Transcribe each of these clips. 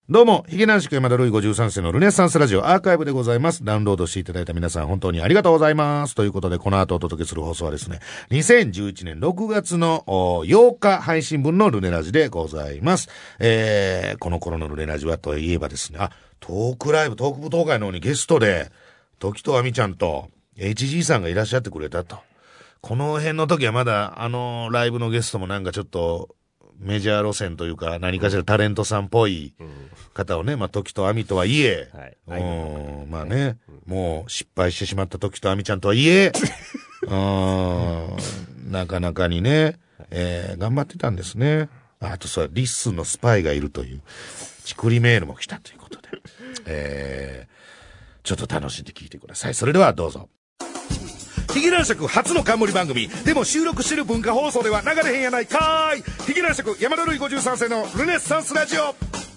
どうも、ヒゲ男子山田ルイ53世のルネッサンスラジオアーカイブでございます。ダウンロードしていただいた皆さん本当にありがとうございます。ということで、この後お届けする放送はですね、2011年6月の8日配信分のルネラジでございます。この頃のルネラジはといえばですね、トークライブ、トーク舞踏会の方にゲストで、時とあみちゃんと HG さんがいらっしゃってくれたと。この辺の時はまだライブのゲストもなんかちょっと、メジャー路線というか何かしらタレントさんっぽい方をね、まあ時とあみとはいえ、まあね、もう失敗してしまった時とあみちゃんとはいえ、なかなかにね、頑張ってたんですね。あとリッスンのスパイがいるというチクリメールも来たということで、ちょっと楽しんで聞いてください。それではどうぞ。ヒゲ男爵初の冠番組でも収録してる文化放送では流れへんやないかーい。ヒゲ男爵山田ルイ53世のルネッサンスラジオ。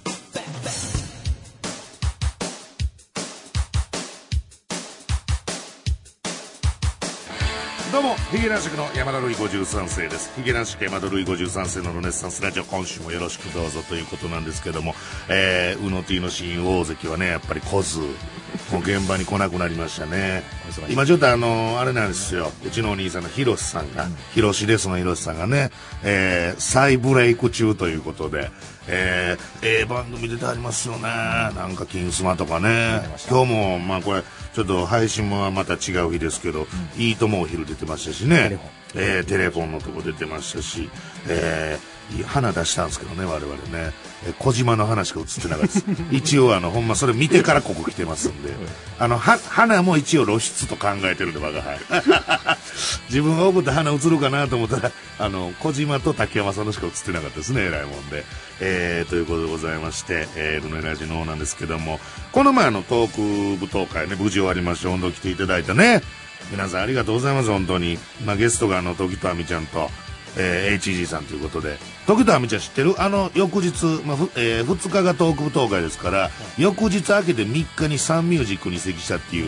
どうもヒゲ男爵の山田ルイ53世です。ヒゲ男爵山田ルイ53世のルネッサンスラジオ、今週もよろしくどうぞということなんですけども、うの T の親友大関はね、やっぱり来ずもう現場に来なくなりましたね。今ちょっとあれなんですよ、うちのお兄さんのヒロシさんが、ヒロシですのヒロシさんがね、再ブレイク中ということで、番組出てありますよね。なんか金スマとかね。今日もまあこれちょっと配信もまた違う日ですけど、いいともお昼出てましたしね、テレフォンのとこ出てましたし、花出したんですけどね、我々ね、小島の花しか映ってなかったです一応ほんまそれ見てからここ来てますんで、花も一応露出と考えてるんで、我が輩自分が送った花映るかなと思ったら小島と竹山さんのしか映ってなかったですね、えらいもんで、ということでございまして、ルネラジの方なんですけども、この前トーク舞踏会ね、無事終わりまして、本当来ていただいたね皆さんありがとうございます。本当に、まあ、ゲストが時とあみちゃんと、HG さんということで、時とあみちゃん知ってる？翌日、まあ2日がトーク舞踏会ですから、翌日明けて3日にサンミュージックに移籍したっていう、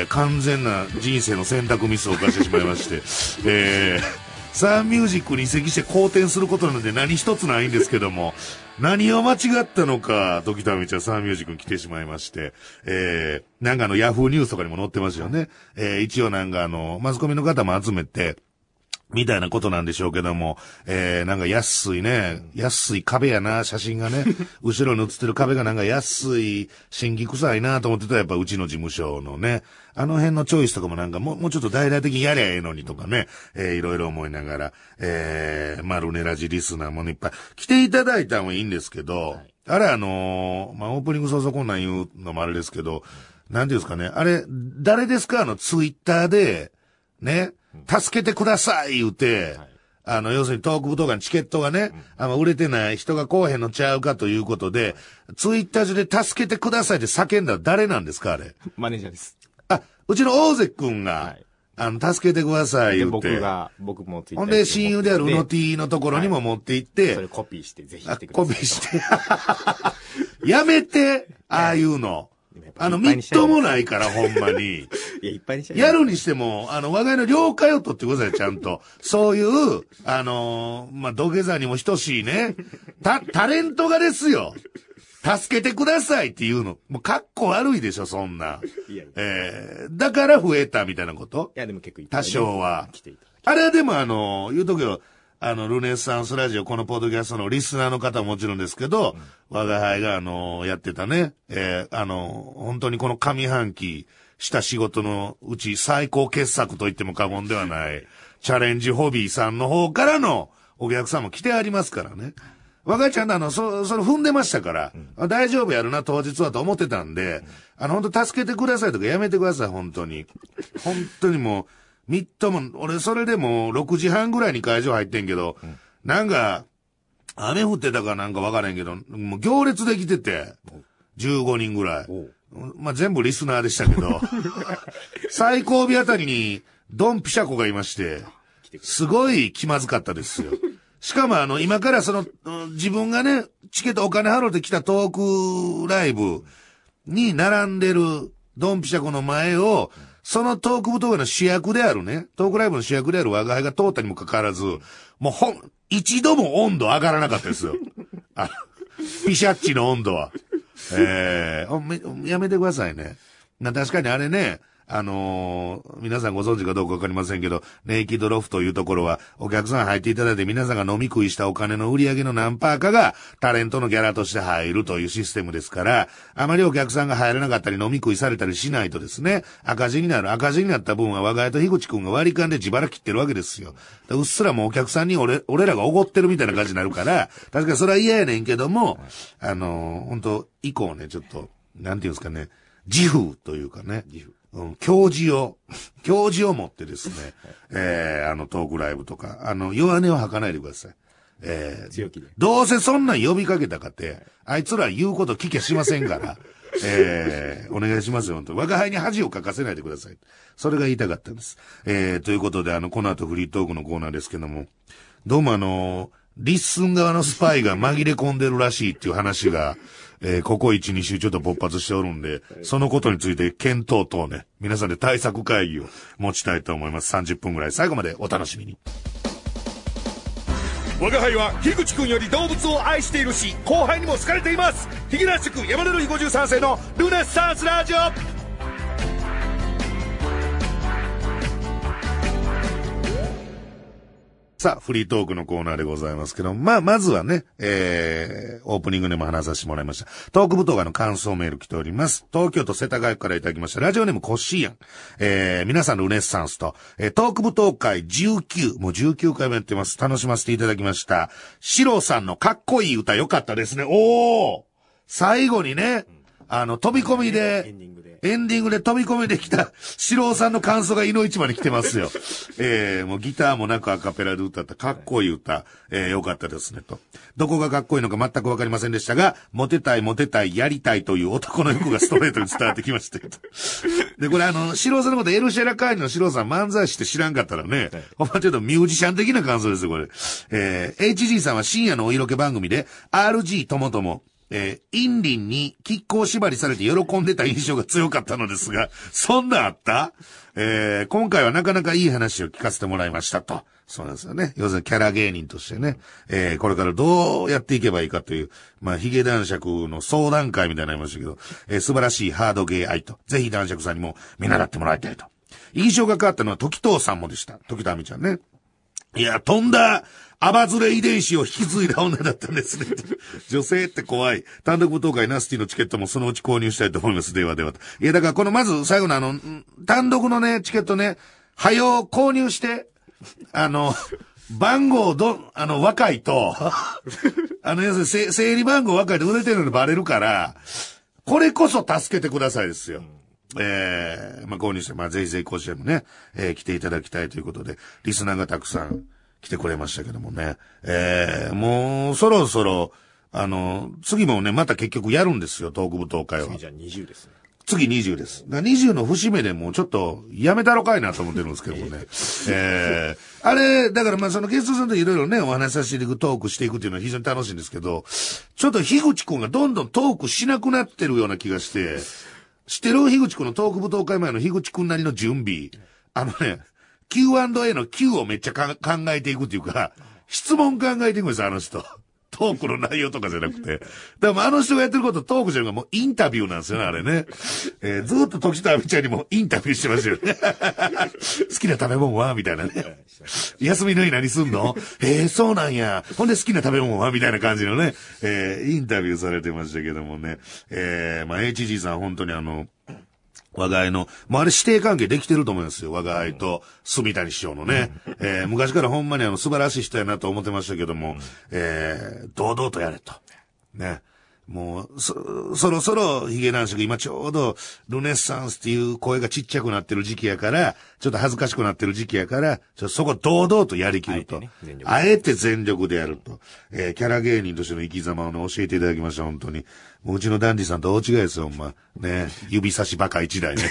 完全な人生の選択ミスを犯してしまいまして、サンミュージックに移籍して好転することなので何一つないんですけども、何を間違ったのか、時とあみちゃんサンミュージックに来てしまいまして、なんかヤフーニュースとかにも載ってますよね。一応なんかマスコミの方も集めて、みたいなことなんでしょうけども、なんか安い壁やな、写真がね、後ろに写ってる壁がなんか安い、新規臭いなと思ってたら、やっぱうちの事務所のね、辺のチョイスとかもなんかもうちょっと大々的にやりゃええのにとかね、いろいろ思いながら、まあ、ルネラジリスナーもね、いっぱい来ていただいたのもいいんですけど、はい、あれまあ、オープニング早々こんなん言うのもあれですけど、なんていうんですかね、あれ、誰ですかツイッターで、ね、助けてください言うて、はい、要するにトーク舞踏会のチケットがね、売れてない人が来おへんのちゃうかということで、ツイッター上で助けてくださいって叫んだら誰なんですかあれ。 マネージャーです。 うちの大関くんが、はい、助けてください言うて。 僕もツイッターほんで親友であるうの T のところにも持って行って、 それコピーしてぜひ言ってください。 コピーして。やめて、ああいうの。みっともないから、ほんまに。 いや、いっぱいにしちゃう。 やるにしても、我が家の了解を取ってください、ちゃんと。そういう、まあ、土下座にも等しいね。タレントがですよ。助けてくださいっていうの。もう、かっこ悪いでしょ、そんな。いやいやだから増えたみたいなこと？ いや、でも結構いっぱい、 多少は。あれはでも言うとくよ。ルネッサンスラジオ、このポッドキャストのリスナーの方ももちろんですけど、我が輩がやってたね、本当にこの上半期した仕事のうち最高傑作と言っても過言ではない、チャレンジホビーさんの方からのお客さんも来てありますからね。我がちゃんとそれ踏んでましたから、大丈夫やるな当日はと思ってたんで、本当助けてくださいとかやめてください、本当に。本当にもう、みっとも、俺それでも6時半ぐらいに会場入ってんけど、なんか、雨降ってたかなんかわからんけど、もう行列できてて、15人ぐらい。まあ、全部リスナーでしたけど、最後尾あたりにドンピシャコがいまして、すごい気まずかったですよ。しかも今から自分がね、チケットお金払ってきたトークライブに並んでるドンピシャコの前を、そのトーク舞踏会の主役であるね、トークライブの主役である我が輩が通ったにもかかわらず、もう一度も温度上がらなかったですよ。 ピシャッチの温度は。やめてくださいね。確かにあれね、皆さんご存知かどうかわかりませんけど、ネイキッドロフというところは、お客さん入っていただいて皆さんが飲み食いしたお金の売り上げの何パーかがタレントのギャラとして入るというシステムですから、あまりお客さんが入らなかったり飲み食いされたりしないとですね、赤字になる。赤字になった分は我が家と樋口くんが割り勘で自腹切ってるわけですよ。うっすらもうお客さんに俺らがおごってるみたいな感じになるから、確かにそれは嫌やねんけども、本当以降ね、ちょっと、なんていうんですかね、自負というかね。教示を持ってですね、トークライブとか、弱音を吐かないでください。 強気で。 どうせそんなん呼びかけたかって、あいつら言うこと聞きゃしませんから、お願いしますよ、本当に。我が輩に恥をかかせないでください。それが言いたかったんです。ということで、この後フリートークのコーナーですけども、どうもリッスン側のスパイが紛れ込んでるらしいっていう話が、ここ1、2週ちょっと勃発しておるんで、そのことについて検討等ね、皆さんで対策会議を持ちたいと思います。30分ぐらい。最後までお楽しみに。 我が輩は樋口くんより動物を愛しているし、後輩にも好かれています。ヒゲ男爵山田るい53世のルネッサンスラジオ。 さあ、フリートークのコーナーでございますけど、まずはね、オープニングでも話させてもらいました。トーク部動画の感想メール来ております。東京都世田谷区からいただきました。ラジオネームコッシーヤン。皆さんのルネッサンスと、トーク部動会19、もう19回もやってます。楽しませていただきました。シローさんのかっこいい歌良かったですね。おー！最後にね、飛び込みで、エンディングで飛び込みできた、シローさんの感想がいの一番に来てますよ。もうギターもなくアカペラで歌ったかっこいい歌、良かったですねと。どこがかっこいいのか全くわかりませんでしたが、モテたい、やりたいという男の欲がストレートに伝わってきましたよと。で、これシローさんのことエルシェラカーニのシローさん漫才師って知らんかったらね、ほんまちょっとミュージシャン的な感想ですよ、これ。HG さんは深夜のお色気番組で、RG ともとも、インリンに亀甲縛りされて喜んでた印象が強かったのですが、そんなあった？今回はなかなかいい話を聞かせてもらいましたと。そうなんですよね。要するにキャラ芸人としてね、これからどうやっていけばいいかという、ヒゲ男爵の相談会みたいになりましたけど、素晴らしいハードゲー愛と、ぜひ男爵さんにも見習ってもらいたいと。印象が変わったのは時藤さんもでした。時藤亜美ちゃんね。いや、飛んだ、アバズレ遺伝子を引き継いだ女だったんですね。女性って怖い。単独舞踏会ナスティのチケットもそのうち購入したいと思います。ではでは。いや、だからこのまず最後の単独のね、チケットね、購入して、番号若いと、要するに整理番号若いと売れてるのバレるから、これこそ助けてくださいですよ。購入して、ぜひぜひこちらもね、来ていただきたいということで、リスナーがたくさん来てくれましたけどもね。もう、そろそろ、次もね、また結局やるんですよ、トーク舞踏会は。 次じゃあ20ですね。 次20です。20の節目でもうちょっとやめたろかいなと思ってるんですけどもね。あれ、だからそのゲストさんといろいろね、お話しさせていく、トークしていくっていうのは非常に楽しいんですけど、ちょっと樋口くんがどんどんトークしなくなってるような気がして、知ってる樋口くんのトーク舞踏会前の樋口くんなりの準備。Q&A の Q をめっちゃ考えていくっていうか、質問考えていくんですよ、あの人。トークの内容とかじゃなくて。でもあの人がやってることトークじゃなくてもうインタビューなんですよね、あれね。ずっと時田亜美ちゃんにもインタビューしてましたよね。好きな食べ物はみたいなね。休みの日何すんの？そうなんや。ほんで好きな食べ物はみたいな感じのね、インタビューされてましたけどもね。HG さん本当に我が輩の、もうあれ師弟関係できてると思いますよ。我が輩と住谷師匠のね。昔からほんまに素晴らしい人やなと思ってましたけども、堂々とやれと。ね。もう、そろそろヒゲ男爵今ちょうどルネッサンスっていう声がちっちゃくなってる時期やから、ちょっと恥ずかしくなってる時期やから、そこ堂々とやりきると。あえて全力でやると。キャラ芸人としての生き様をね、教えていただきました、本当に。もううちのダンディさんと大違いですよ、ほんま。ね。指差しバカ一台ね。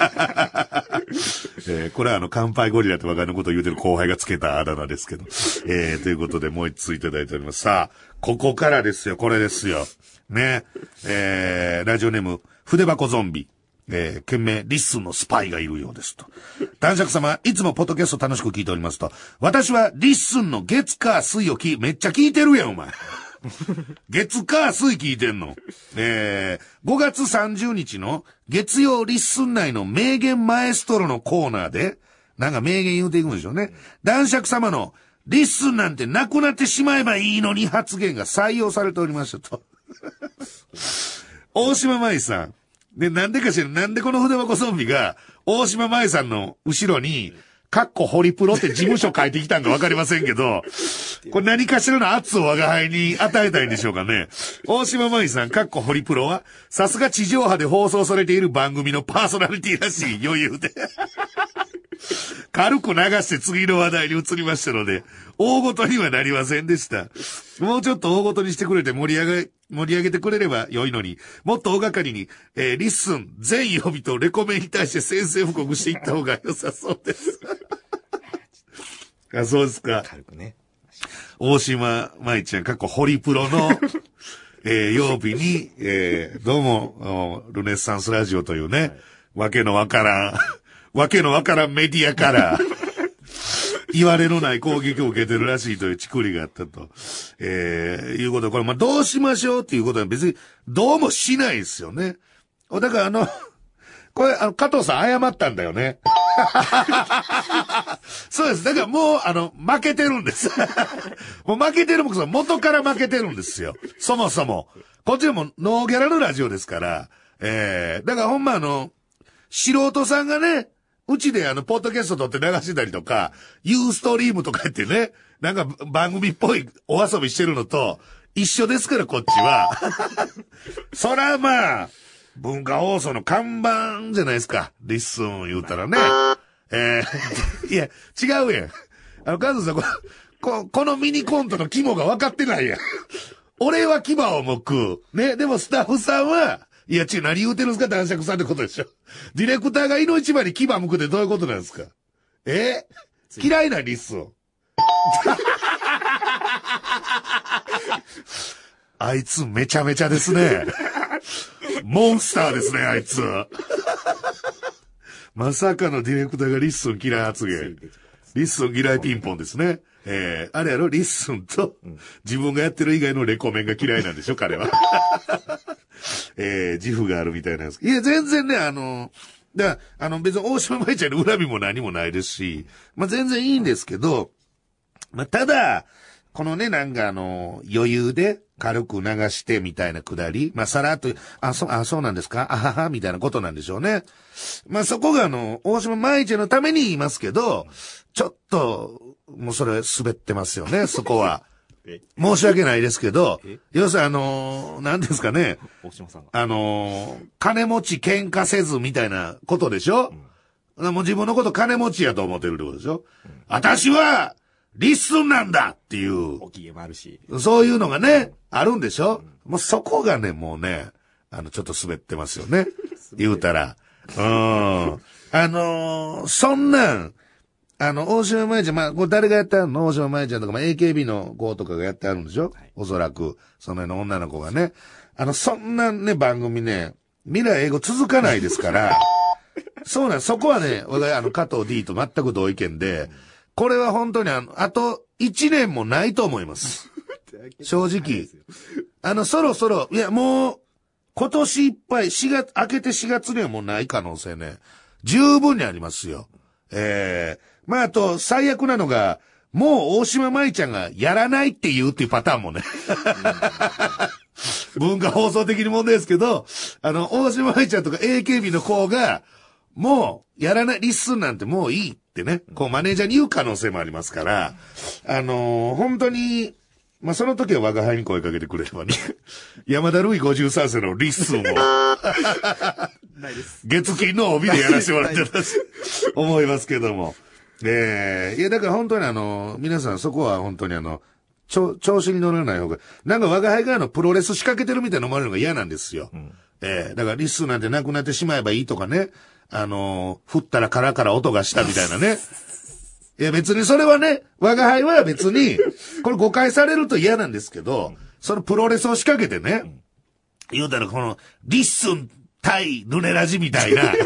これは乾杯ゴリラって我々のことを言うてる後輩がつけたあだ名ですけど。ということでもう一通いただいております。さあ、ここからですよ、これですよ。ね。ラジオネーム、筆箱ゾンビ。懸命、リッスンのスパイがいるようですと。男爵様、いつもポッドキャスト楽しく聞いておりますと。私はリッスンの月火水をめっちゃ聞いてるやん、お前。 月火水聞いてんの。5月30日の月曜リッスン内の名言マエストロのコーナーで、なんか名言言うていくんでしょうね。男爵様のリッスンなんてなくなってしまえばいいのに発言が採用されておりましたと。大島舞さん。で、なんでかしら、なんでこの筆箱ゾンビが、大島舞さんの後ろに、かっこホリプロって事務所書いてきたんかわかりませんけど、これ何かしらの圧を我が輩に与えたいんでしょうかね。大島舞さん、かっこホリプロは、さすが地上波で放送されている番組のパーソナリティらしい余裕で。軽く流して次の話題に移りましたので、大ごとにはなりませんでした。もうちょっと大ごとにしてくれて盛り上げてくれれば良いのに、もっと大掛かりに、リッスン全曜日とレコメンに対して宣戦布告していった方が良さそうです。あ、そうですか。 軽くね。 大島舞ちゃん、過去ホリプロの、曜日に、どうも、ルネッサンスラジオというね、わけのわからんメディアから、言われのない攻撃を受けてるらしいというチクリがあったと。いうことで、これ、どうしましょうっていうことは別に、どうもしないですよね。だからこれ、加藤さん謝ったんだよね。そうです。だからもう、負けてるんです。もう負けてるもん、元から負けてるんですよ。そもそも。こっちでもノーギャラのラジオですから。だからほんま素人さんがね、うちでポッドキャスト撮って流してたりとか、ユーストリームとか言ってね、なんか番組っぽいお遊びしてるのと一緒ですから、こっちは。そらまあ、文化放送の看板じゃないですか。リッスン言うたらね。いや、違うやん。カズさん、このミニコントの肝が分かってないやん。俺は牙を向く。ね、でもスタッフさんは、いや、何言うてるんですか、男爵さんってことでしょ。ディレクターが胃の一番に牙向くってどういうことなんですか。嫌いなリッスン。あいつめちゃめちゃですね。モンスターですね、あいつ。まさかのディレクターがリッスン嫌い発言。リッスン嫌いピンポンですね。あれやろ、リッスンと自分がやってる以外のレコメンが嫌いなんでしょ、彼は。自負があるみたいなんです。いや、全然ね、別に大島舞ちゃんの恨みも何もないですし、全然いいんですけど、ただ、このね、なんか余裕で軽く流してみたいなくだり、さらっと、そうなんですかあはは、みたいなことなんでしょうね。そこが大島舞ちゃんのために言いますけど、ちょっと、もうそれ滑ってますよね、そこは。申し訳ないですけど、要するに何ですかね。 大島さんが。 金持ち喧嘩せずみたいなことでしょ、もう自分のこと金持ちやと思ってるってことでしょ、私は、リッスンなんだっていう。 お機嫌もあるし。 そういうのがね、あるんでしょ、もうそこがね、もうね、ちょっと滑ってますよね。言うたら。そんなん、大島舞ちゃん、これ誰がやってあるの？大島舞ちゃんとか、AKB の子とかがやってあるんでしょ、おそらく。その辺の女の子がね。そんなね、番組ね、未来英語続かないですから。そうなん、そこはね、俺が加藤 D と全く同意見で、これは本当にあと1年もないと思います。正直。そろそろ、いやもう、今年いっぱい、明けて4月にはもうない可能性ね。十分にありますよ。あと、最悪なのが、もう大島舞ちゃんがやらないって言うっていうパターンもね。文化放送的に問題ですけど、大島舞ちゃんとか AKB の子が、もう、やらない、リッスンなんてもういいってね、マネージャーに言う可能性もありますから、本当に、その時は我が輩に声かけてくれればね、山田るい53世のリッスンを、 ないです。 月金の帯でやらせてもらってたし、思いますけども。いや、だから本当に皆さんそこは本当に調子に乗らない方が、なんか我が輩がプロレス仕掛けてるみたいな思われるのが嫌なんですよ。だからリッスンなんてなくなってしまえばいいとかね、振ったらカラカラ音がしたみたいなね。いや別にそれはね、我が輩は別に、これ誤解されると嫌なんですけど、そのプロレスを仕掛けてね、言うたらリッスン対ルネラジみたいな。いや、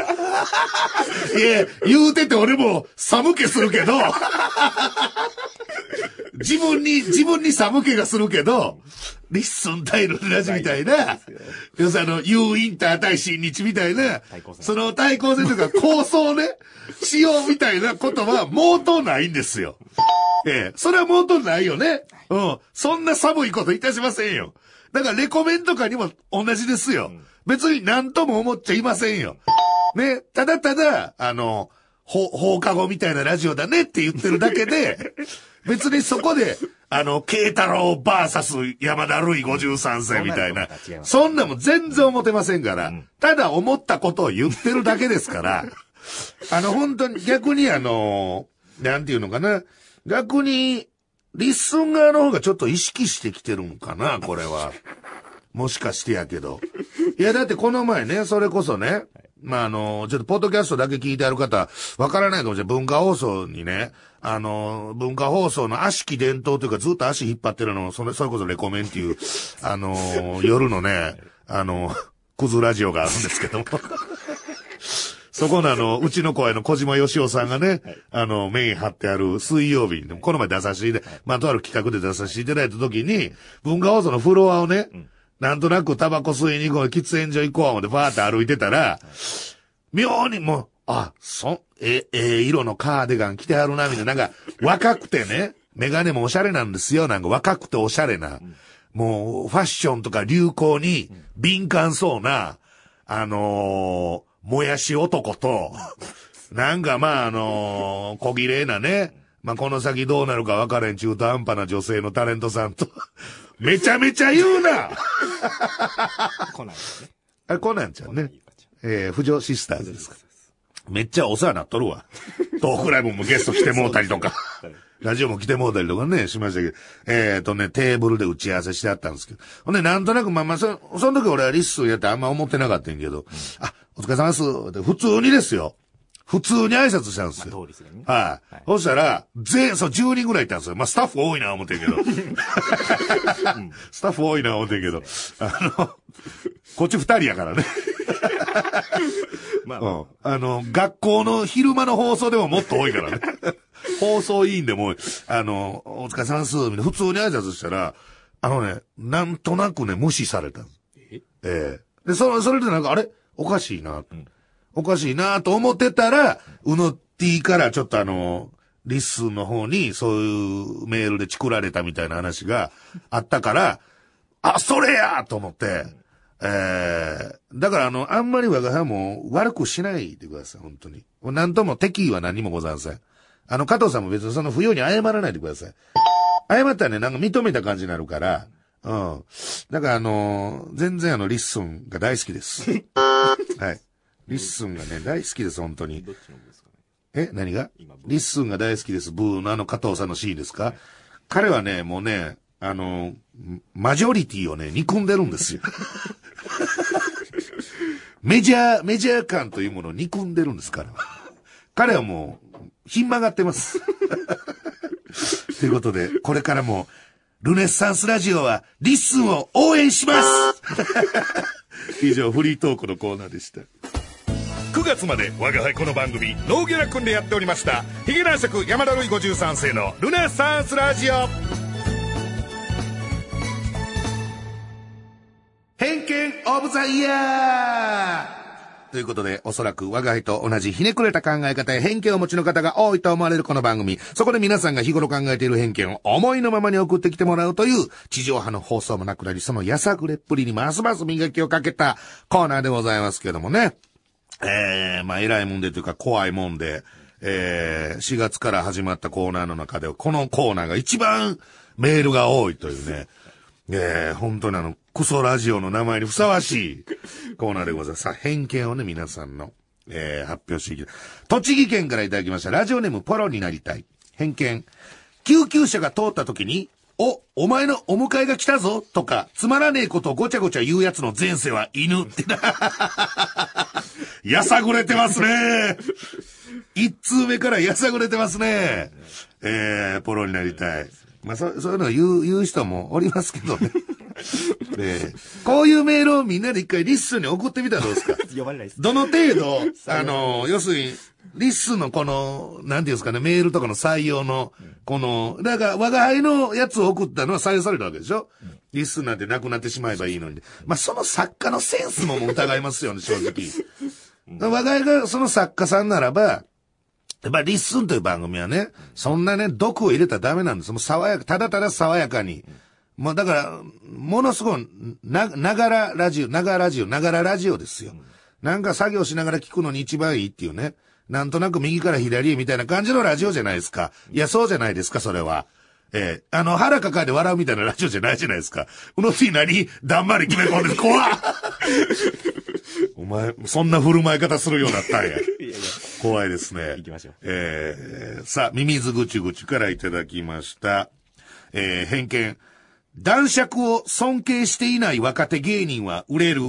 言うてて俺も寒気するけど、 自分に寒気がするけど、リッスン対ルネラジみたいな、要するにU インター対新日みたいな、その対抗戦とか構想ね、しようみたいなことは毛頭ないんですよ。それは毛頭ないよね。うん。そんな寒いこといたしませんよ。だからレコメンとかにも同じですよ。別に何とも思っちゃいませんよ。ね。ただただ、放課後みたいなラジオだねって言ってるだけで、別にそこで、慶太郎バーサス山田るい53世みたいな、そんなもん全然思ってませんから、ただ思ったことを言ってるだけですから、本当に逆になんていうのかな、逆に、リッスン側の方がちょっと意識してきてるんかな、これは。もしかしてやけど。いや、だってこの前ね、それこそね、まあ、ちょっとポッドキャストだけ聞いてある方、わからないかもしれない。文化放送にね、文化放送の悪しき伝統というかずっと足引っ張ってるの、それこそレコメンっていう、夜のね、クズラジオがあるんですけども。そこのうちの声の小島よしおさんがね、メイン張ってある水曜日に、この前出させていただいて、まあ、とある企画で出させていただいたときに、文化放送のフロアをね、なんとなくタバコ吸いに行こう、喫煙所行こう、でバーって歩いてたら、妙にもう、色のカーディガン着てはるな、みたいな、なんか、若くてね、メガネもおしゃれなんですよ、なんか若くておしゃれな、もう、ファッションとか流行に敏感そうな、もやし男と、なんかまあ小綺麗なね、まあこの先どうなるか分からん中途半端な女性のタレントさんと、めちゃめちゃ言うなコナンですね。 あれコナンちゃんね。不女シスターズですか。めっちゃお世話なっとるわ。トークライブもゲスト来てもうたりとか。ラジオも来てもうたりとかね、しましたけど、テーブルで打ち合わせしてあったんですけど。ほんで、なんとなく、まあ、その時俺はリッスンやってあんま思ってなかったんやけど、お疲れ様です。普通にですよ。普通に挨拶したんですよ。 まあ、通りするね。 はい。そしたら、10人ぐらいいたんですよ。まあ、スタッフ多いな思ってんけど。スタッフ多いな思ってんけど。こっち2人やからね。 まあ、 学校の昼間の放送でももっと多いからね。放送委員でも、お疲れ様です。みたいな普通に挨拶したら、なんとなくね、無視された。で、それでなんか、あれおかしいな。おかしいなと思ってたら、うの T からちょっとリッスンの方にそういうメールでチクられたみたいな話があったから、それやと思って、だからあんまり我が輩も悪くしないでください、本当に。なんとも敵意は何もございません。加藤さんも別にその不要に謝らないでください。謝ったらね、なんか認めた感じになるから、だから全然リッスンが大好きです。はい。リッスンがね、大好きです、本当に。 どっちのですかね。 何がリッスンが大好きです。ブーの加藤さんのシーンですか？彼はね、もうね、マジョリティをね、憎んでるんですよ。メジャー感というものを憎んでるんですから。彼はもう、ひん曲がってます。ということで、これからも、ルネッサンスラジオは、リッスンを応援します。以上、フリートークのコーナーでした。 9月まで我が輩この番組ノーギャラ君でやっておりましたヒゲ男爵山田るい53世のルネッサンスラジオ。 偏見オブザイヤーということで、おそらく我が輩と同じひねくれた考え方や偏見をお持ちの方が多いと思われるこの番組。そこで皆さんが日頃考えている偏見を思いのままに送ってきてもらうという地上波の放送もなくなり、そのやさぐれっぷりにますます磨きをかけたコーナーでございますけどもね。まあ、偉いもんでというか怖いもんで、4月から始まったコーナーの中でこのコーナーが一番メールが多いというね。本当にクソラジオの名前にふさわしいコーナーでございます。さあ、偏見をね、皆さんの、発表していきます。栃木県からいただきました。ラジオネームポロになりたい。偏見。救急車が通った時に、お前のお迎えが来たぞとか、つまらねえことをごちゃごちゃ言うやつの前世は犬ってな。やさぐれてますね。一通目からやさぐれてますね。ポロになりたい。まあ、そういうのを言う人もおりますけどね。こういうメールをみんなで一回リッスンに送ってみたらどうですか？ 呼ばれないです。 どの程度、要するに、 リッスンのこの、なんていうんですかね、メールとかの採用の、この、だから、我が輩のやつを送ったのは採用されたわけでしょ、リッスンなんてなくなってしまえばいいのに。まあ、その作家のセンスも疑いますよね、正直。我が輩がその作家さんならば、やっぱリッスンという番組はね、そんなね、毒を入れたらダメなんです。もう爽やか、ただただ爽やかに。もうだから、ものすごい、ながらラジオですよ。なんか作業しながら聞くのに一番いいっていうね。なんとなく右から左へみたいな感じのラジオじゃないですか。いや、そうじゃないですか、それは。腹抱えて笑うみたいなラジオじゃないじゃないですか。うのティーナにだんまり決め込んで怖っお前、そんな振る舞い方するようになったんや。怖いですね。 行きましょう。さあ、ミミズぐちぐちからいただきました。偏見。男爵を尊敬していない若手芸人は売れる。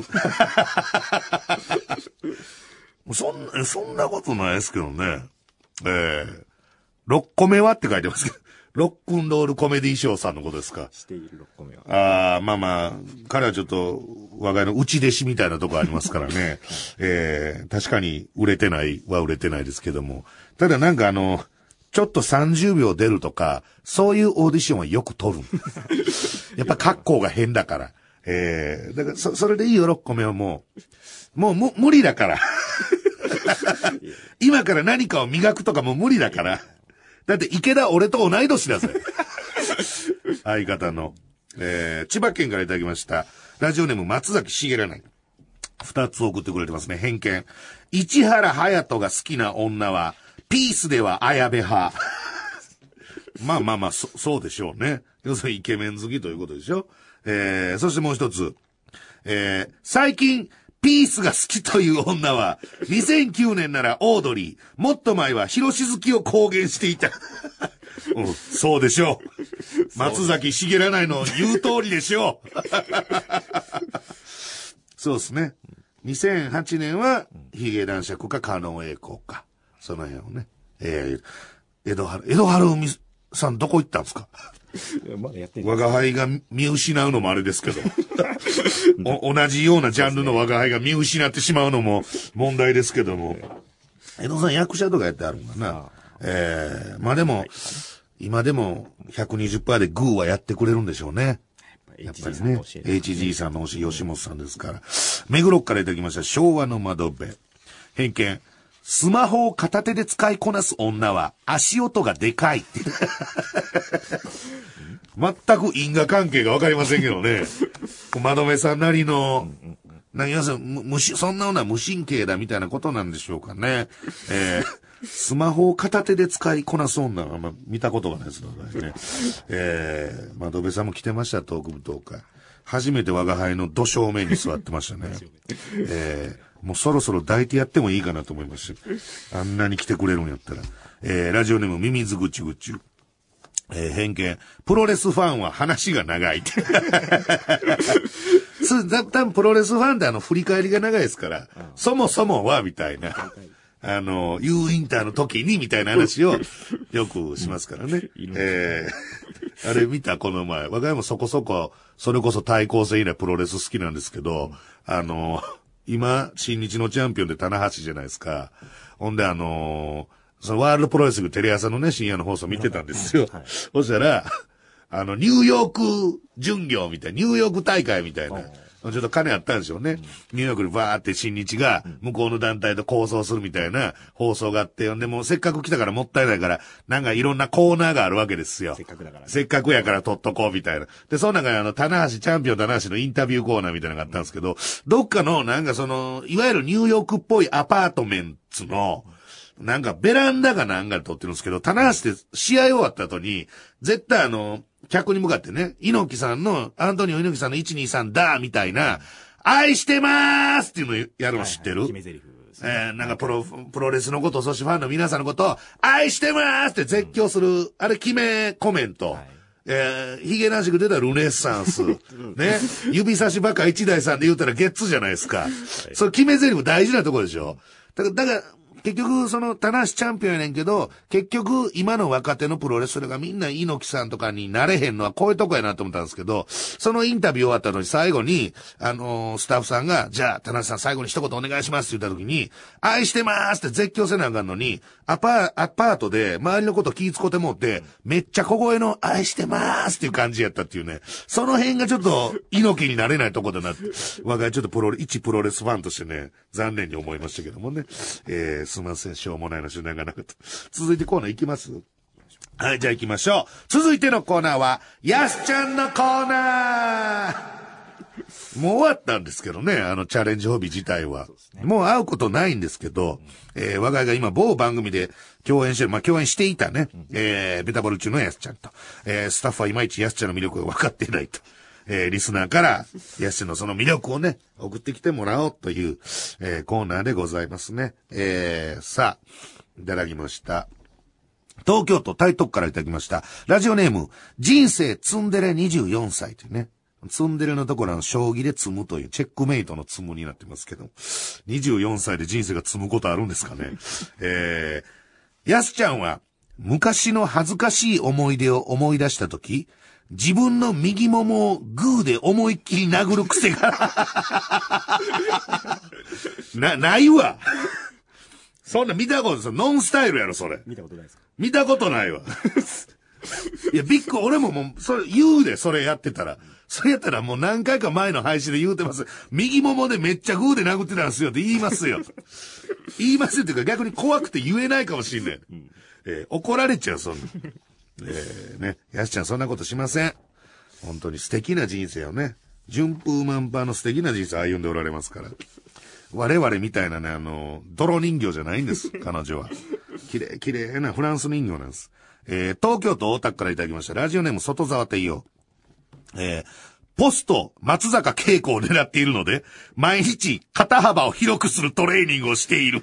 そんなことないですけどね。6個目はって書いてますけど。ロックンロールコメディショーさんのことですか。 している6個目は。 まあ、彼はちょっと、我が家の内弟子みたいなとこありますからね。確かに売れてないですけども。ただなんかちょっと30秒出るとか、そういうオーディションはよく取る。やっぱ格好が変だから。だからそれでいいよ、6個目はもう無理だから。今から何かを磨くとかも無理だから。だって池田俺と同い年だぜ。相方の。千葉県からいただきました。ラジオネーム松崎しげらない。2つ送ってくれてますね。偏見。市原隼人が好きな女は、ピースでは綾部派。まあ、そうでしょうね。要するにイケメン好きということでしょ。そしてもう一つ。最近、ピースが好きという女は、2009年ならオードリー、もっと前は広し好きを公言していた。そうでしょう。松崎しげらないの言う通りでしょう。そうですね。2008年は、ヒゲ男爵か加納栄光か。その辺をね。江戸春海さんどこ行ったんですか？ まだやってん我が輩が見失うのもあれですけど。同じようなジャンルの我が輩が見失ってしまうのも問題ですけども。江戸さん役者とかやってあるんだな。まあでも、今でも 120% でグーはやってくれるんでしょうね。やっぱりね。HG さんの教え、吉本さんですから。目黒からいただきました。昭和の窓辺。偏見。スマホを片手で使いこなす女は足音がでかい。全く因果関係がわかりませんけどね。窓辺さんなりの、要するにそんな女は無神経だみたいなことなんでしょうかね。スマホを片手で使いこなす女は見たことがないですのでね。窓辺さんも来てました、トーク部トーク。初めて我が輩の土正面に座ってましたね。もうそろそろ抱いてやってもいいかなと思いました。あんなに来てくれるんやったら。ラジオネームミミズぐちぐち。偏見。プロレスファンは話が長い。多分プロレスファンって振り返りが長いですから、そもそもは、みたいな。U インターの時にみたいな話をよくしますからね。あれ見たこの前。我が家もそこそこ、それこそ対抗戦以来プロレス好きなんですけど、今、新日のチャンピオンで棚橋じゃないですか。ほんでそのワールドプロレステレ朝のね、深夜の放送見てたんですよ。そしたら、ニューヨーク巡業みたいな、ニューヨーク大会みたいな。ちょっと金あったんでしょうね。ニューヨークにバーって新日が向こうの団体と構想するみたいな放送があって、でもせっかく来たからもったいないから、なんかいろんなコーナーがあるわけですよ。 せっかくだからね。 せっかくやから撮っとこうみたいな。で、その中に棚橋、チャンピオン棚橋のインタビューコーナーみたいなのがあったんですけど、どっかのなんかいわゆるニューヨークっぽいアパートメントの、なんかベランダかなんかで撮ってるんですけど、棚橋って試合終わった後に、絶対客に向かってね、アントニオ猪木さんの123だみたいな、愛してまーすっていうのをやるの知ってる？ 決め台詞ですね。 なんかプロレスのこと、そしてファンの皆さんのことを、愛してまーすって絶叫する、あれ決めコメント。ヒゲ男爵出たらルネッサンス。ね。指差しバカ一代さんで言うたらゲッツじゃないですか。それ決め台詞大事なところでしょ。だから、 結局、その、棚橋チャンピオンやねんけど、結局、今の若手のプロレスラーがみんな猪木さんとかになれへんのはこういうとこやなと思ったんですけど、そのインタビュー終わったのに最後に、スタッフさんが、じゃあ、棚橋さん最後に一言お願いしますって言った時に、愛してまーすって絶叫せなあかんのに、アパートで周りのこと気ぃ使ってもって、めっちゃ小声の愛してまーすっていう感じやったっていうね、その辺がちょっと猪木になれないとこだなって、我が家ちょっと一プロレスファンとしてね、残念に思いましたけどもね。すいません、しょうもない話長々と。続いてコーナー行きます？はい、じゃあ行きましょう。続いてのコーナーは、やすちゃんのコーナーもう終わったんですけどね、チャレンジホビー自体は。もう会うことないんですけど、我が家が今某番組で共演していたね、ベタボル中のやすちゃんと、スタッフはいまいちやすちゃんの魅力が分かっていないと。リスナーから、やすちゃんのその魅力をね、送ってきてもらおうという、コーナーでございますね。さあ、いただきました。東京都台東区からいただきました。ラジオネーム、人生ツンデレ24歳というね。ツンデレのところ将棋で積むというチェックメイトの積むになってますけど、24歳で人生が積むことあるんですかね。やすちゃんは昔の恥ずかしい思い出を思い出したとき、自分の右ももをグーで思いっきり殴る癖がないわ。そんな見たことない。ノンスタイルやろ、それ。 見たことないですか？ 見たことないわ。いや、俺ももう、それ言うで、それやってたら。それやったらもう何回か前の配信で言うてます。右ももでめっちゃグーで殴ってたんですよって言いますよ。言いますよっていうか逆に怖くて言えないかもしんない。怒られちゃう、そんな。ね。やすちゃんそんなことしません。本当に素敵な人生をね、順風満帆の素敵な人生を歩んでおられますから。我々みたいなね、泥人形じゃないんです、彼女は。綺麗なフランス人形なんです。東京都大田区からいただきました。ラジオネーム外沢ていよ。ポスト松坂慶子を狙っているので、毎日肩幅を広くするトレーニングをしている。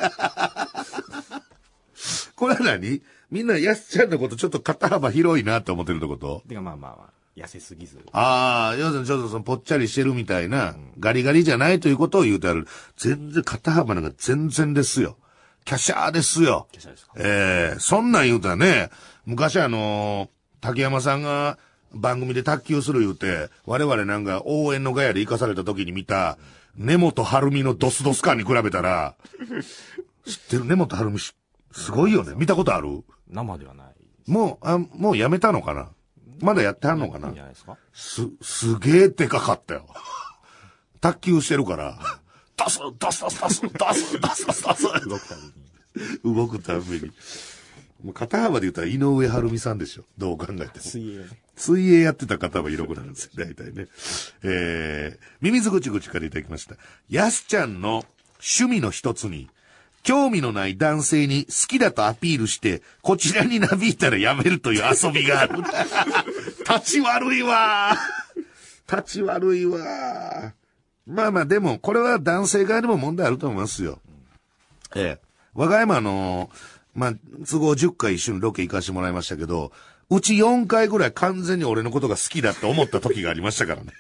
これは何？みんなやすちゃんのことちょっと肩幅広いなって思ってるってこと？ てかまあ、痩せすぎず。 要するにちょっとそのぽっちゃりしてるみたいな、ガリガリじゃないということを言うてある。全然肩幅なんか全然ですよ。キャシャーですよ。 キャシャーですか？ そんなん言うたらね、昔竹山さんが番組で卓球する言うて、我々なんか応援のガヤで行かされた時に見た、根本晴美のドスドス感に比べたら、知ってる？根本晴美すごいよね。見たことある？ 生ではない。 もうやめたのかな？まだやってはんのかな？ いいんじゃないですか？ すげえでかかったよ。卓球してるから、ドスドスドスドスドスドスドスドス動くたびに。もう肩幅で言ったら井上晴美さんでしょ。どう考えても。水泳やってた肩幅広くなるんですよ。大体ね。ミミズぐちぐちからいただきました。やすちゃんの趣味の一つに、興味のない男性に好きだとアピールして、こちらになびいたらやめるという遊びがある。立ち悪いわ。まあでも、これは男性側にも問題あると思いますよ。我が家も都合10回一緒にロケ行かしてもらいましたけど、うち4回ぐらい完全に俺のことが好きだって思った時がありましたからね。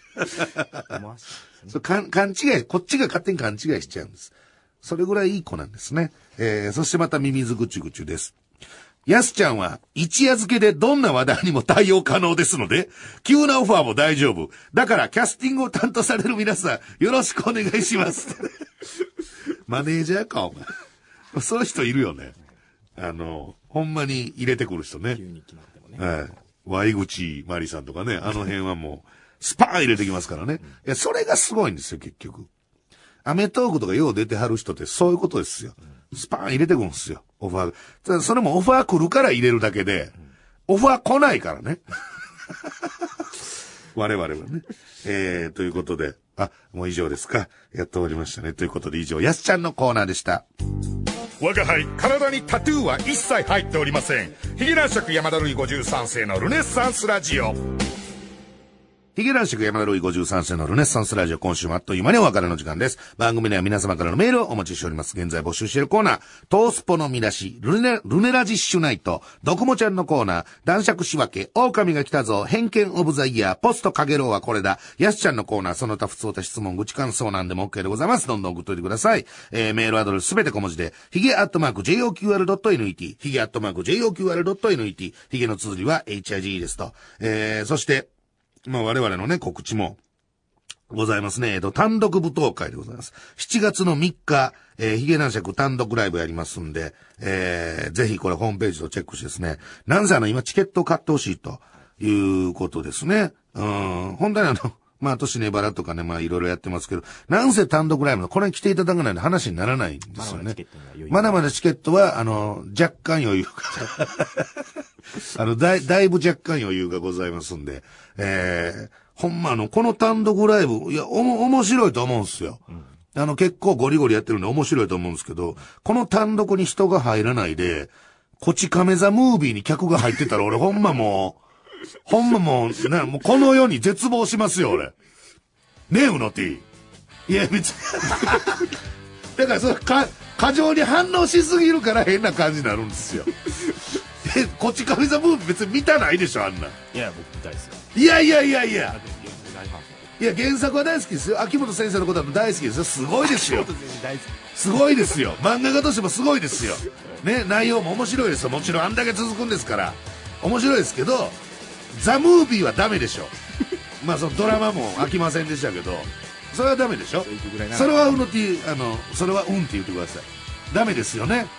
勘違い、こっちが勝手に勘違いしちゃうんです。それぐらいいい子なんですね。そしてまたミミズぐちぐちです。やすちゃんは一夜漬けでどんな話題にも対応可能ですので、急なオファーも大丈夫。だからキャスティングを担当される皆さん、よろしくお願いします。マネージャーか、お前。そういう人いるよね。ほんまに入れてくる人ね。 急に決まってもね。 ワイグチマリさんとかね、あの辺はもう、スパーン入れてきますからね。いや、それがすごいんですよ、結局。アメトークとかよう出てはる人ってそういうことですよ。スパーン入れてくるんですよ、オファー。ただそれもオファー来るから入れるだけで、オファー来ないからね。我々はね。ということで、もう以上ですか。やっと終わりましたね。ということで以上、やすちゃんのコーナーでした。 我が輩、体にタトゥーは一切入っておりません。ヒゲ男爵山田ルイ53世のルネッサンスラジオ。 ヒゲ男爵山田ルイ53世のルネッサンスラジオ、今週もあっという間にお別れの時間です。番組では皆様からのメールをお待ちしております。現在募集しているコーナー、トースポの見出し、ルネラジッシュナイト、ドコモちゃんのコーナー、男爵仕分け、狼が来たぞ、偏見オブザイヤー、ポストかげろうはこれだ、ヤスちゃんのコーナー、その他普通た質問、愚痴感想なんでも OK でございます。どんどん送っといてください。メールアドレスすべて小文字で、ヒゲ@joqr.net、ヒゲ@joqr.net、ヒゲの綴りは HIG ですと。そして、まあ我々のね、告知もございますね。単独舞踏会でございます。7月の3日、ヒゲ男爵単独ライブやりますんで、ぜひこれホームページをチェックしてですね、なんせ今チケットを買ってほしいということですね。本当にまあ、都市ネバラとかね、まあいろいろやってますけど、なんせ単独ライブの、これに来ていただかないと話にならないんですよね。まだまだチケットは、若干余裕が、だいぶ若干余裕がございますんで、ほんまこの単独ライブ、いや、面白いと思うんですよ。結構ゴリゴリやってるんで面白いと思うんですけど、この単独に人が入らないで、こち亀座ムービーに客が入ってたら俺ほんまもうこの世に絶望しますよ、俺。ねえ、うの T。いや、別に。だから過剰に反応しすぎるから変な感じになるんですよ。こち亀座ムービー別に見たないでしょ、あんな。 いや、僕見たいですよ。 いや。いや、原作は大好きですよ。秋元先生のことは大好きですよ。すごいですよ。すごいですよ。漫画家としてもすごいですよ。ね、内容も面白いですよ。もちろんあんだけ続くんですから。面白いですけど、ザ・ムービーはダメでしょ。まあそのドラマも飽きませんでしたけど、それはダメでしょ。それはうの T、それはうんって言ってください。ダメですよね。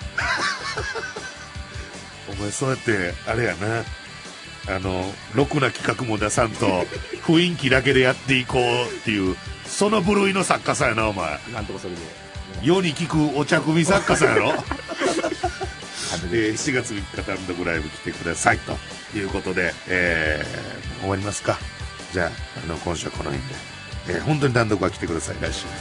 お前そうやって、あれやな。ろくな企画も出さんと、雰囲気だけでやっていこうっていう、その部類の作家さんやな、お前。 なんとかそれで。 世に聞くお茶組作家さんやろ。7月3日単独ライブ来てくださいということで、終わりますか。じゃあ、今週はこの辺で、本当に単独は来てください。来週です。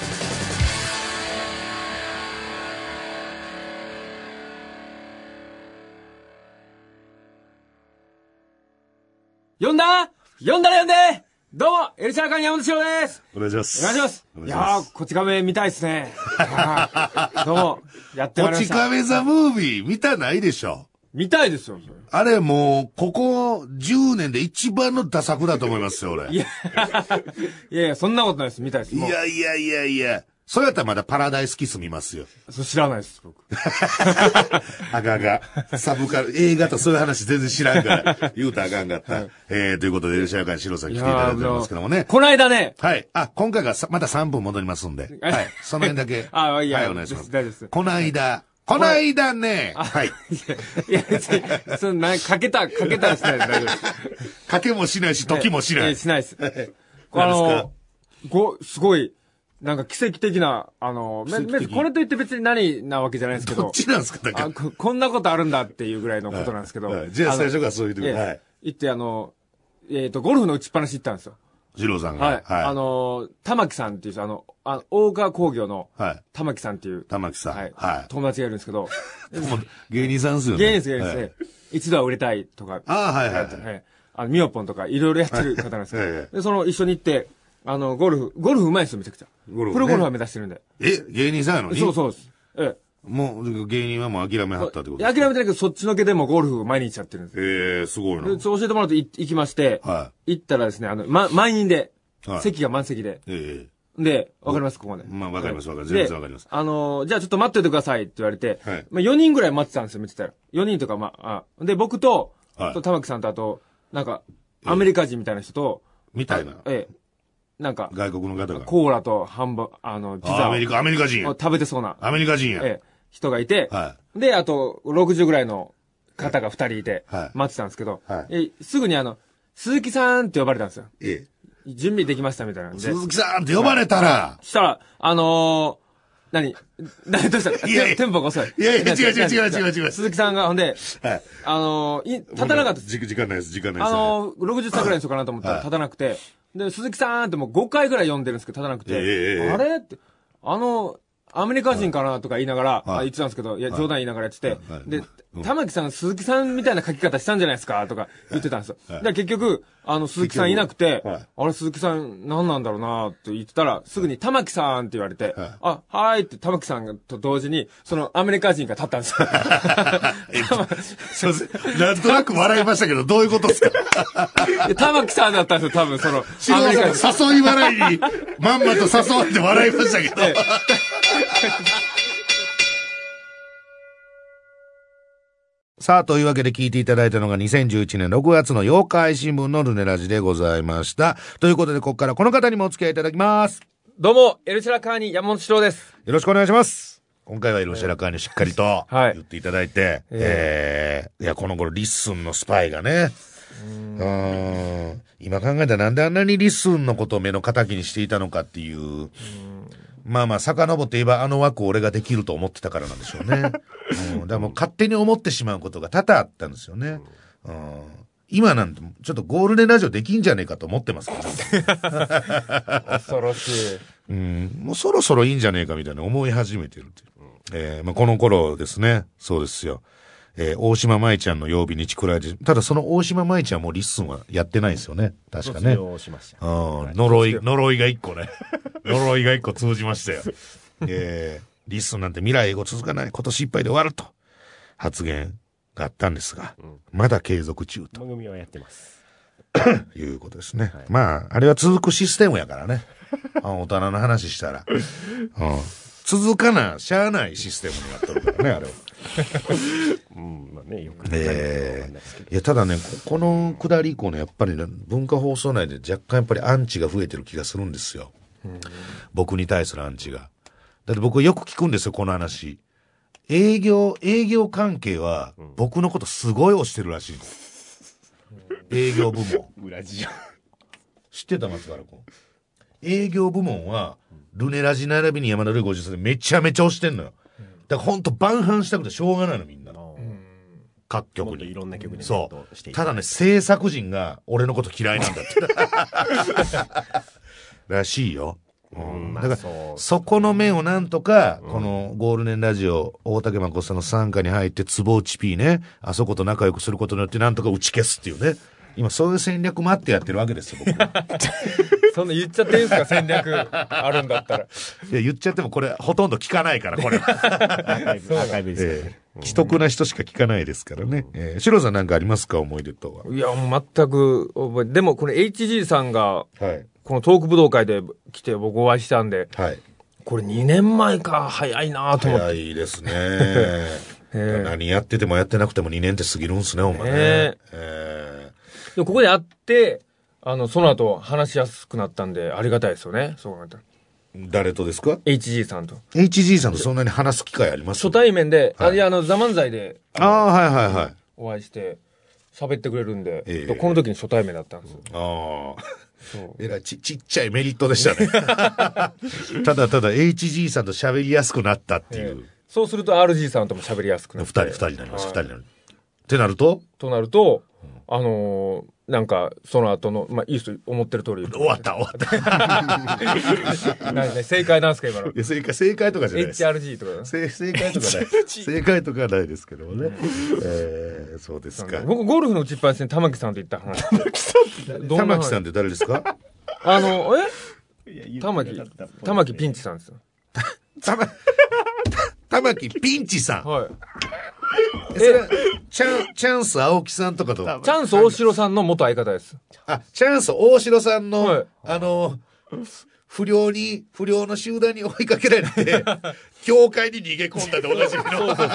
呼んでどうも、エルシャラカン山本翔です。 お願いします。 お願いします。いやー、こち亀見たいですね。どうも、やってまいりました。 こち亀ザムービー見たないでしょ。 見たいですよ。 あれもう、ここ10年で一番のダ作だと思いますよ、俺。 いや、そんなことないです。見たいです。 いや。それやったらまだパラダイスキス見ますよ。 そ知らないです、僕。 あかんが。サブカル、映画とそういう話全然知らんから、言うたらあかんかった。はい、ということで、エルシャラカンシロさん来ていただいてますけどもね。 この間ね。 はい。今回がまた3分戻りますんで。はい。その辺だけ。 はい、 お願いします。 大丈夫です。 この間ね。はい。 いや、別に、かけたりしないで大丈夫です。 かけもしないし、時もしない。 しないです。すごい、なんか奇跡的な、これといって別に何なわけじゃないですけど。 どっちなんですか、だから。 こんなことあるんだっていうぐらいのことなんですけど。 じゃあ最初からそういうところ。はい。 行ってゴルフの打ちっぱなし行ったんですよ。 二郎さんが。 はい。玉木さんっていう、大川工業の、玉木さんっていう。 玉木さん。はい。 友達がいるんですけど。 芸人さんですよね。 芸人です。一度は売れたいとか。 はい。 ミオポンとかいろいろやってる方なんですけど。で、一緒に行って、ゴルフ上手いですよ、めちゃくちゃ。プロゴルファー目指してるんで。 芸人さんやのにそうです。 もう、芸人はもう諦めはったってこと諦めてないけど、そっちのけでもゴルフ毎日やってるんです。すごいな。 そう教えてもらって行きまして、行ったらですね、満員で、席が満席で。で、わかりますここで。 まあ、わかります、全然わかります。 じゃあちょっと待っておいてくださいって言われて、4人ぐらい待ってたんですよ、見てたら。4人とか、で、僕と、玉木さんとあと、なんか、アメリカ人みたいな人と、 みたいな。 なんか、 外国の方が。 コーラとピザを。 アメリカ人や。 食べてそうな。 アメリカ人や。 人がいて、で、あと、60ぐらいの方が2人いて、待ってたんですけど、すぐに鈴木さんって呼ばれたんですよ。準備できましたみたいなんで。 鈴木さんって呼ばれたら。 したら、どうしたテンポが遅い。 いや、違う。 鈴木さんが、ほんで、立たなかったです。 時間ないです。 60歳ぐらいの人かなと思ったら立たなくて、で、鈴木さんってもう5回ぐらい呼んでるんですけど立たなくて、あれって、 アメリカ人かなとか言いながら、言ってたんですけど、いや、冗談言いながらやってて、で、玉木さん、鈴木さんみたいな書き方したんじゃないですかとか言ってたんですよ。で、結局、鈴木さんいなくて、あれ、鈴木さん何なんだろうなって言ってたら、すぐに玉木さんって言われて、はーいって玉木さんと同時に、そのアメリカ人が立ったんですよ。 なんとなく笑いましたけど、どういうことですか？ 玉木さんだったんですよ、多分、その、 アメリカ人。誘い笑いに、まんまと誘われて笑いましたけど。さあ、というわけで聞いていただいたのが2011年6月の8日配信分のルネラジでございました。ということで、ここからこの方にもお付き合いいただきます。 どうも、エルシャラカーニ山本史郎です。 よろしくお願いします。今回はエルシャラカーニしっかりと言っていただいて、いや、この頃リッスンのスパイがね、今考えたらなんであんなにリッスンのことを目の敵にしていたのかっていう、まあまあ遡って言えばあの枠を俺ができると思ってたからなんでしょうね。だからもう勝手に思ってしまうことが多々あったんですよね。今なんてちょっとゴールデンラジオできんじゃねえかと思ってますから、 ね、恐ろしい。 もうそろそろいいんじゃねえかみたいな思い始めてるっていう。まあこの頃ですね。そうですよ。大島舞ちゃんの曜日にちくらいで、ただその大島舞ちゃんもリッスンはやってないんですよね。確かね。 しました。 呪いが一個ね。呪いが一個通じましたよ。リッスンなんて未来英語続かない、今年いっぱいで終わると発言があったんですが、まだ継続中と。 番組はやってます。 いうことですね。まあ、あれは続くシステムやからね。大人の話したら。続かな、しゃあないシステムになっとるからね、あれは。 まあね、よくいや、ただね、このくだり以降ね、やっぱりね、文化放送内で若干やっぱりアンチが増えてる気がするんですよ。僕に対するアンチが。だって僕よく聞くんですよ、この話。営業関係は僕のことすごい推してるらしいの。営業部門。知ってた松原君。営業部門は、ルネラジ並びに山田ルイ53でめちゃめちゃ推してんのよ。だからほんと万反したくてしょうがないの、みんな。各局に。 いろんな曲にそう。ただね、制作陣が俺のこと嫌いなんだって。らしいよ。だから、そこの面をなんとか、このゴールデンラジオ、大竹誠さんの傘下に入って、坪内 P ね、あそこと仲良くすることによってなんとか打ち消すっていうね。今そういう戦略もあってやってるわけですよ、僕は。 そんな言っちゃっていいんですか、戦略あるんだったら。いや、言っちゃってもこれほとんど聞かないから、これは。アーカイブですね。既得な人しか聞かないですからね。シロさんなんかありますか、思い出とは。 いや、もう全く覚え、でもこれ HG さんが、このトーク武道会で来て僕お会いしたんで、これ2年前か、早いなと思って。 早いですね。何やっててもやってなくても2年って過ぎるんすね、お前ね。 でここで会って、その後話しやすくなったんで、ありがたいですよね。そうなった。 誰とですか？ HG さんと。 HG さんとそんなに話す機会あります？ 初対面で、いや、ザ・漫才で、お会いして、喋ってくれるんで、この時に初対面だったんですよ。 えらいちっちゃいメリットでしたね。ただただ HG さんと喋りやすくなったっていう。 そうすると RG さんとも喋りやすくなって。 二人になります、二人になる。ってなるとなんか、その後の、まあ、いい人思ってる通り。 終わった。 正解なんすか、今の。 正解とかじゃないです。 HRG とか。 正解とかない。正解とかはないですけどもね。そうですか。 僕、ゴルフの打ちっぱなしに玉木さんと言った話。 玉木さんって誰ですか？ 玉木ピンチさんですよ。 玉木ピンチさん。 はい。 チャンス青木さんとかと。 チャンス大城さんの元相方です。 チャンス大城さんの、不良の集団に追いかけられて、教会に逃げ込んだでおなじみの。そう。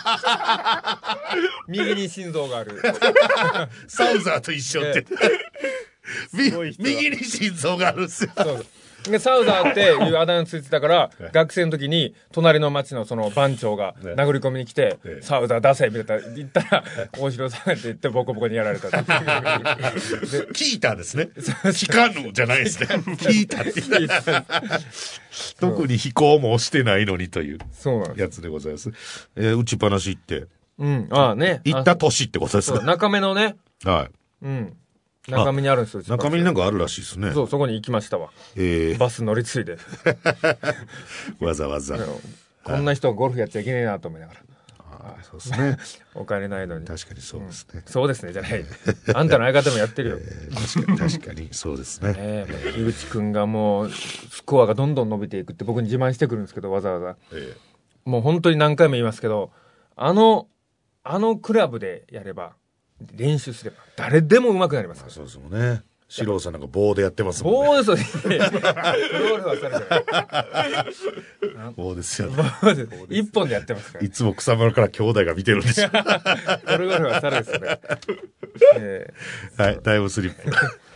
右に心臓がある。 サウザーと一緒って。右に心臓があるんですよ。 で、サウザーっていうあだ名ついてたから、学生の時に、隣の町のその番長が殴り込みに来て、サウザー出せみたいな言ったら、大城さんって言ってボコボコにやられた。 聞いたですね。聞かぬじゃないですね。聞いたって言った。特に飛行もしてないのにというやつでございます。打ちっぱなし行って。 ね。 行った年ってことですね。 中目のね。 はい。 中身にあるんですよ。 中身になんかあるらしいですね。 そう、そこに行きましたわ。バス乗り継いで。 わざわざ。 こんな人がゴルフやっちゃいけねえなと思いながら。 そうですね。 お金ないのに。 確かにそうですね。 そうですね、じゃない。あんたの相方もやってるよ。 確かに、そうですね。 樋口くんがもう、スコアがどんどん伸びていくって僕に自慢してくるんですけど、わざわざ。もう本当に何回も言いますけど、あのクラブでやれば、練習すれば、誰でも上手くなりますから。 そうですもんね。四郎さんなんか棒でやってますもんね。 棒ですよね。ゴルフはされてない。 棒ですよね。 一本でやってますから。 いつも草村から兄弟が見てるんですよ。 ゴルフはされですね。 はい、タイムスリップ。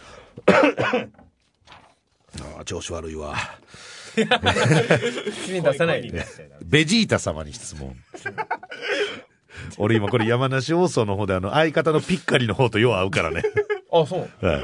調子悪いわ。 口に出さない。 ベジータ様に質問。俺今これ山梨放送の方で相方のピッカリの方とよう合うからね。 あ、そう。 はい。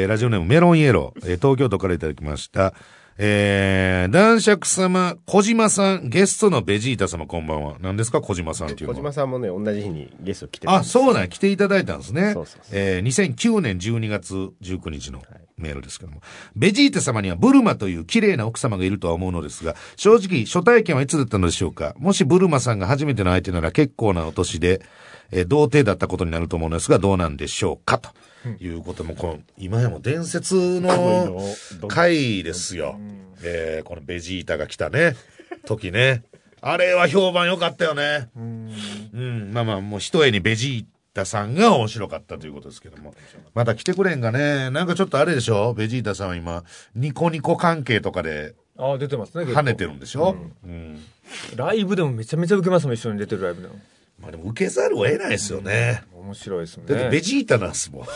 ラジオネームメロンイエロー、東京都からいただきました。男爵様、小島さん、ゲストのベジータ様こんばんは。何ですか小島さんっていうのは。 小島さんもね、同じ日にゲスト来てた。 そうなん、来ていただいたんですね。 そう。 2009年12月19日のメールですけども。ベジータ様にはブルマという綺麗な奥様がいるとは思うのですが、正直初体験はいつだったのでしょうか。もしブルマさんが初めての相手なら結構なお年で、童貞だったことになると思うのですが、どうなんでしょうかということも、今やも伝説の回ですよ。このベジータが来たね、時ね。あれは評判良かったよね。まあもう一重にベジータさんが面白かったということですけども。また来てくれんがね、なんかちょっとあれでしょベジータさんは今、ニコニコ関係とかで、 出てますね。 跳ねてるんでしょ、 ライブでもめちゃめちゃ受けますもん、一緒に出てるライブでも。 まあでも受けざるを得ないですよね。 面白いですね。 だってベジータなんすもん。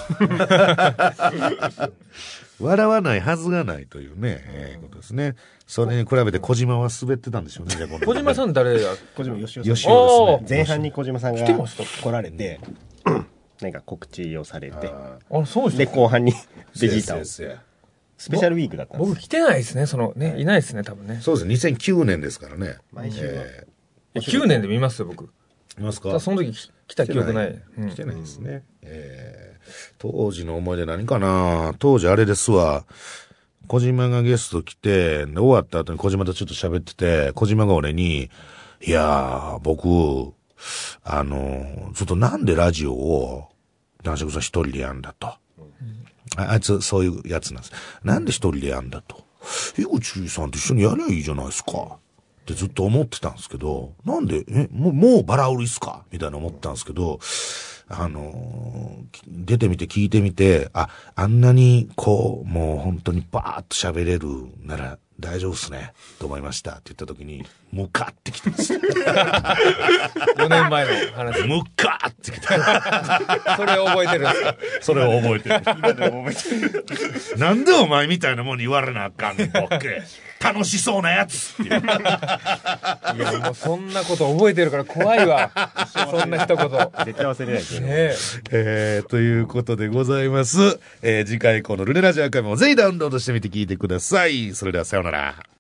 笑わないはずがないというね、ことですね。それに比べて小島は滑ってたんでしょうね。じゃあ小島さん誰だ？ 小島よしおよしおですね。 前半に小島さんが来られて、なんか告知をされて、 そうですで後半にベジータをスペスペシャルウィークだったんです。 僕来てないですね。いないですね、多分ね。 そうですね。2009年ですからね。 毎週は。 9年で見ますよ、僕。 見ますか？ その時来た記憶ない。 来てないですね。当時の思い出何かな？当時あれですわ。小島がゲスト来て、終わった後に小島とちょっと喋ってて、小島が俺に、いやー、僕、ちょっとなんでラジオを、男爵さん一人でやんだと。あいつ、そういうやつなんです。なんで一人でやんだと。樋口さんと一緒にやりゃいいじゃないですか。ってずっと思ってたんですけど、なんで、もうバラ売りっすかみたいな思ったんですけど、出てみて聞いてみて、あんなにもう本当にバーッと喋れるなら大丈夫っすね、と思いましたって言った時に、ムカってきたんです。 4年前の話。 ムカってきた。 それを覚えてるんですか？ それを覚えてる。今でも覚えてる。なんでお前みたいなもんに言われなあかんねん、ボッケ。楽しそうなやつっていう。いや、もうそんなこと覚えてるから怖いわ。そんな一言。 絶対忘れないですね。ということでございます。次回このルネラジアーカイブもぜひダウンロードしてみて聞いてください。それではさようなら。